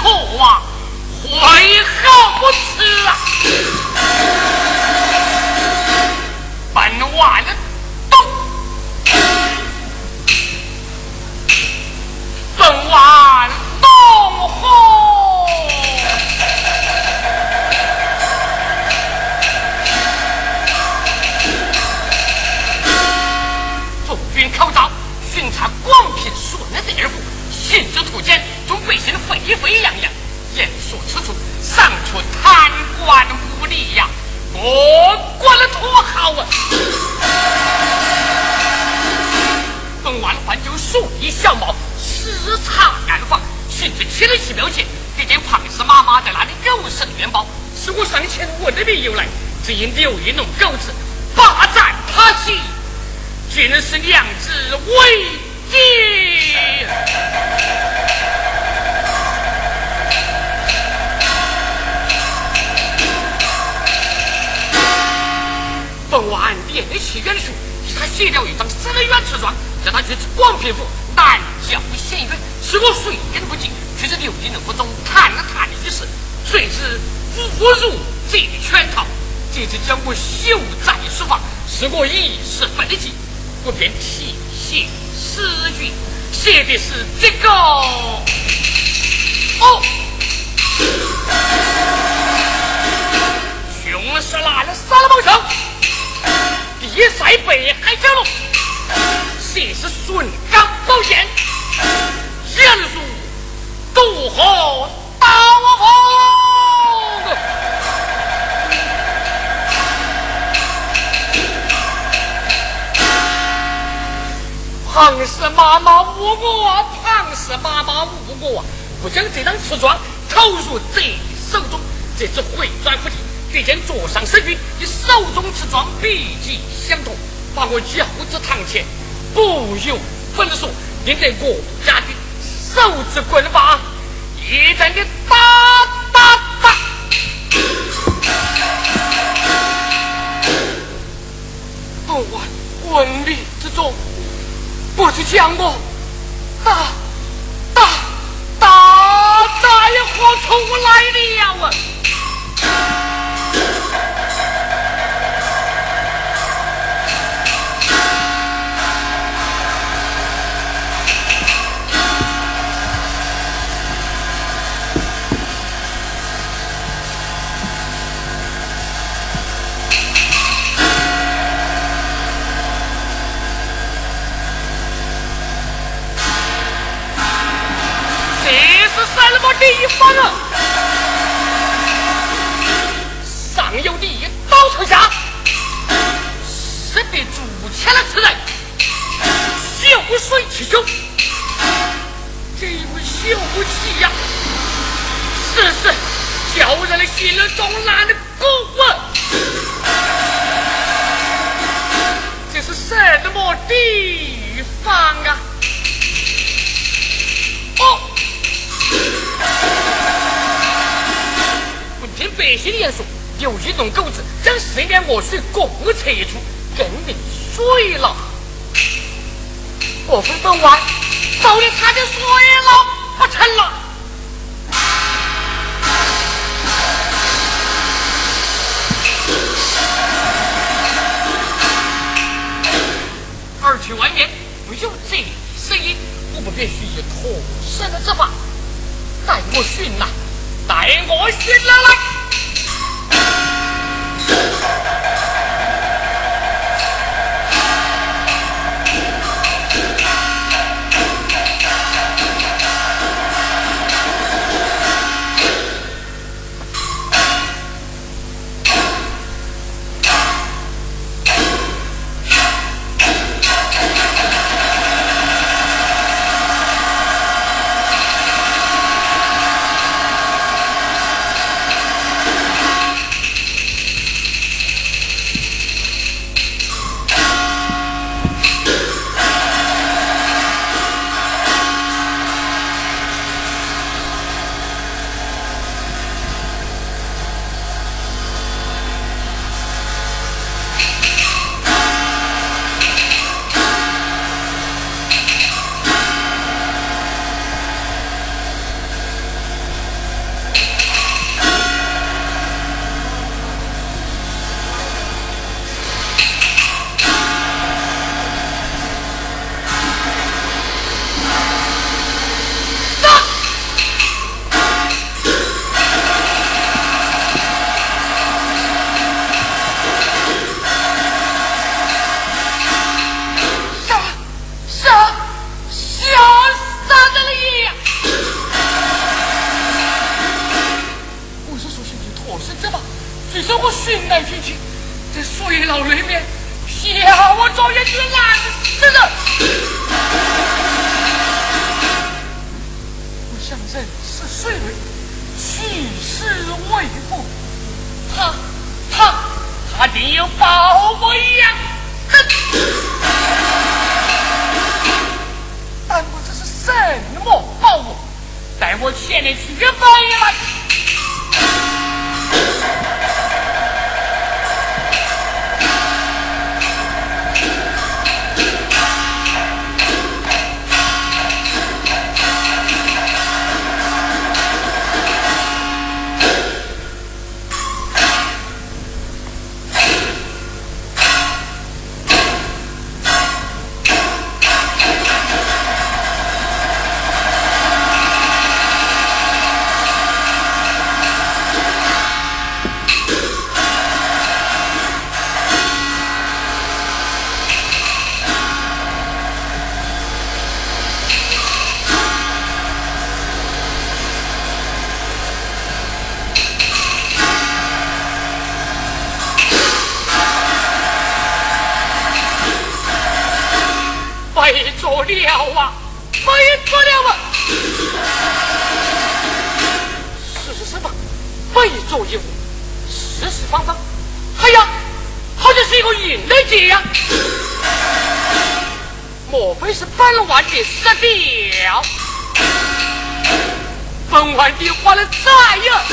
错啊，为何不辞啊？本晚动，本晚动火。众军口罩，巡查广平顺德二府，行之途间，众百姓沸沸扬扬，言说此处，尚出贪官污吏呀！我关了土豪啊！本晚还就数一小毛，视察暗访，寻至7日7秒前，这件庞氏妈妈在那里狗神元宝，使我上前问了名由来，只因刘一农狗子霸占他妻，竟是娘子为奸。本晚联系袁术，替他写了一张3元词状，叫他去广平府南郊县院，使我水淹不尽，却是刘一农府中谈了谈一事，谁知误入这圈套，这次将我休在书房，使我一时愤激，我便题写诗句，写的是这个穷是来了杀了猛兽，地塞北海蛟龙，写是顺刚宝剑，人如渡河刀锋。庞氏妈妈误我，庞氏妈妈误我，不将这张瓷砖投入贼手中，这次回转不及，这件桌上诗句与手中瓷砖笔迹相同，把我交至堂前，不由分说，令得我家的手指棍法一阵的打打打。本晚婚礼之中，不是将我打在何处来了啊？什么地方啊？上有你刀头下，是被铸钱了此人，秀水其胸，这位秀不起呀，是叫人心中难的骨啊！这是什么地方啊？听百姓言说，有一种狗子将4面我水共测一出，更令水了。我分本晚早已差点水了不成了。而且外面没有这声音，我不便需以妥善的执法，带我寻呐！带我寻来！ 我是这把，随着我寻来寻去，这水牢里面飘我着一只烂死人。我想人是水类，其实为父，他定有报我一样。但不知是什么报我，带我前来去个白来。没做了啊，没做了啊！事实上吧，没做一物，事实方方。哎呀，好像是一个银的结呀！莫非是本丸的失掉？本丸的花了债呀！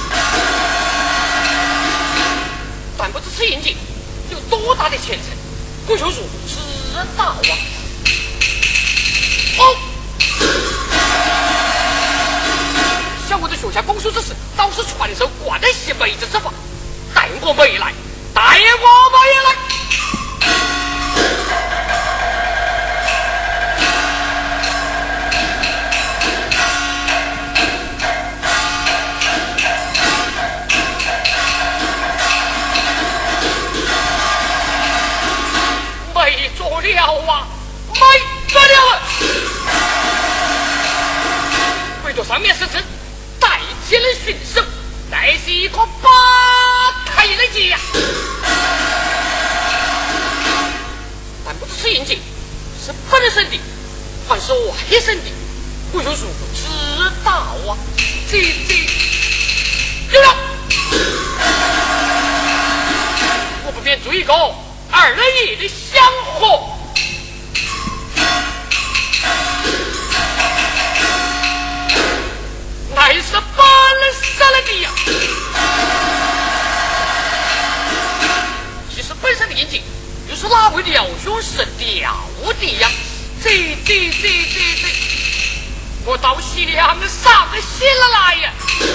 但不知此银结有多大的前程，不求如知道啊！像我的属下公输之事，倒是传授关的些梅子之法，带我回来，带我回来。没做了啊，没做了啊！为着上面是指带起了驯兽，乃是一颗八开的结呀！但不知此银结是本身的还是外身的，我有如知道啊！这有了，我不便做一个二爷的香火。乃是巴了杀了你呀！其实本身的银结又是哪位辽兄是掉的呀？这，我到西凉上个心了来呀！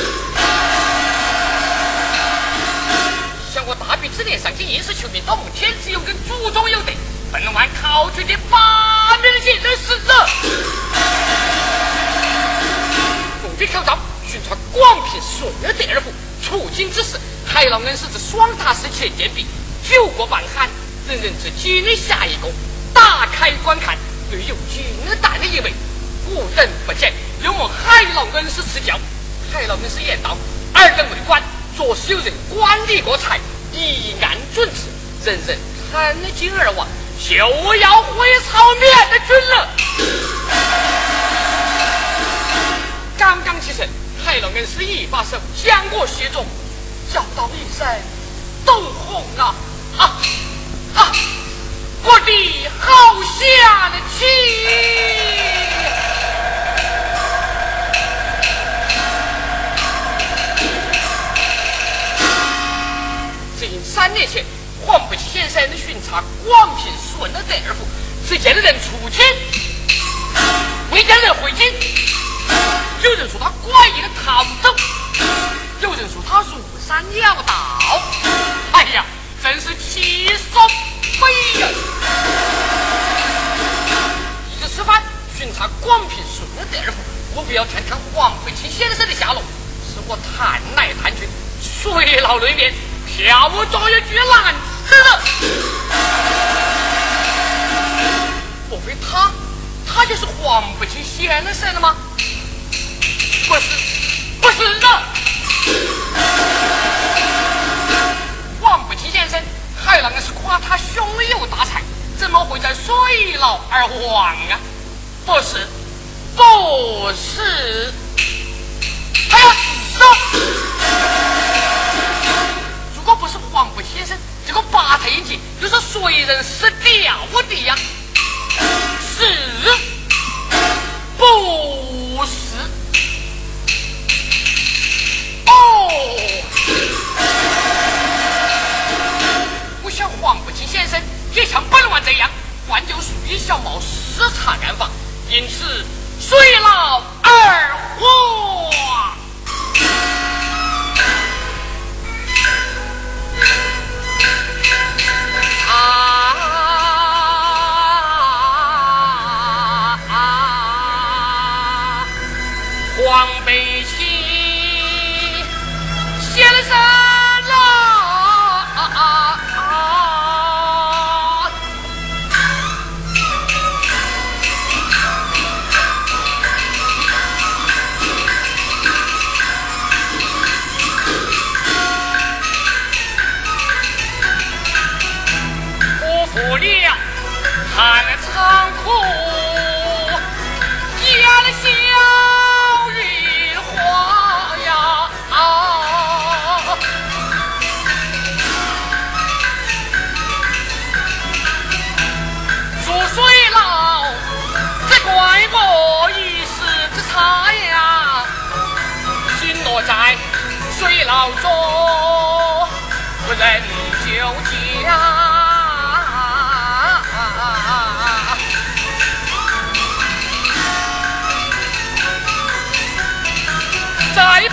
像我大笔之年上京应试求名，到目天只有跟祖宗有德，本丸考取的八名的人使者。考招巡查广平顺德二府，出京之时，海老恩师之双塔式前剑笔，九国半汉，人人之今日下一功，打开观看，略有军胆的意味。吾等不见，有我海老恩师赐教。海老恩师言道：尔等为官，若是有人管理过才，一案准治，人人看今而亡，就要回朝灭的君了。刚刚起身，海老恩师一把手将我携中，叫道一声：“董红啊我的好下的气！”只因3年前，黄北先生巡查广平顺德二府，只见了人出京，未见人回京。有人说他怪异的逃走，有人说他入山要道。哎呀，真是气爽非呀！一日吃饭，巡查广平顺德二府，我不要看看黄北清先生的下落，使我探来探去，水牢里面飘着一具烂死了。莫非他就是黄北清先生了吗？不是的， 老而亡啊！不是，不是，他要死！如果不是黄甫先生这个把他一击，又是谁人死掉的呀？是不是？哦，我想黄甫清先生也像本王这样，换就属于小毛视察案房，因此虽老而亡。黄北青先生不服了看了仓库压了小雨花呀煮水老这怪我一时之差呀，心落在水牢中不忍就家在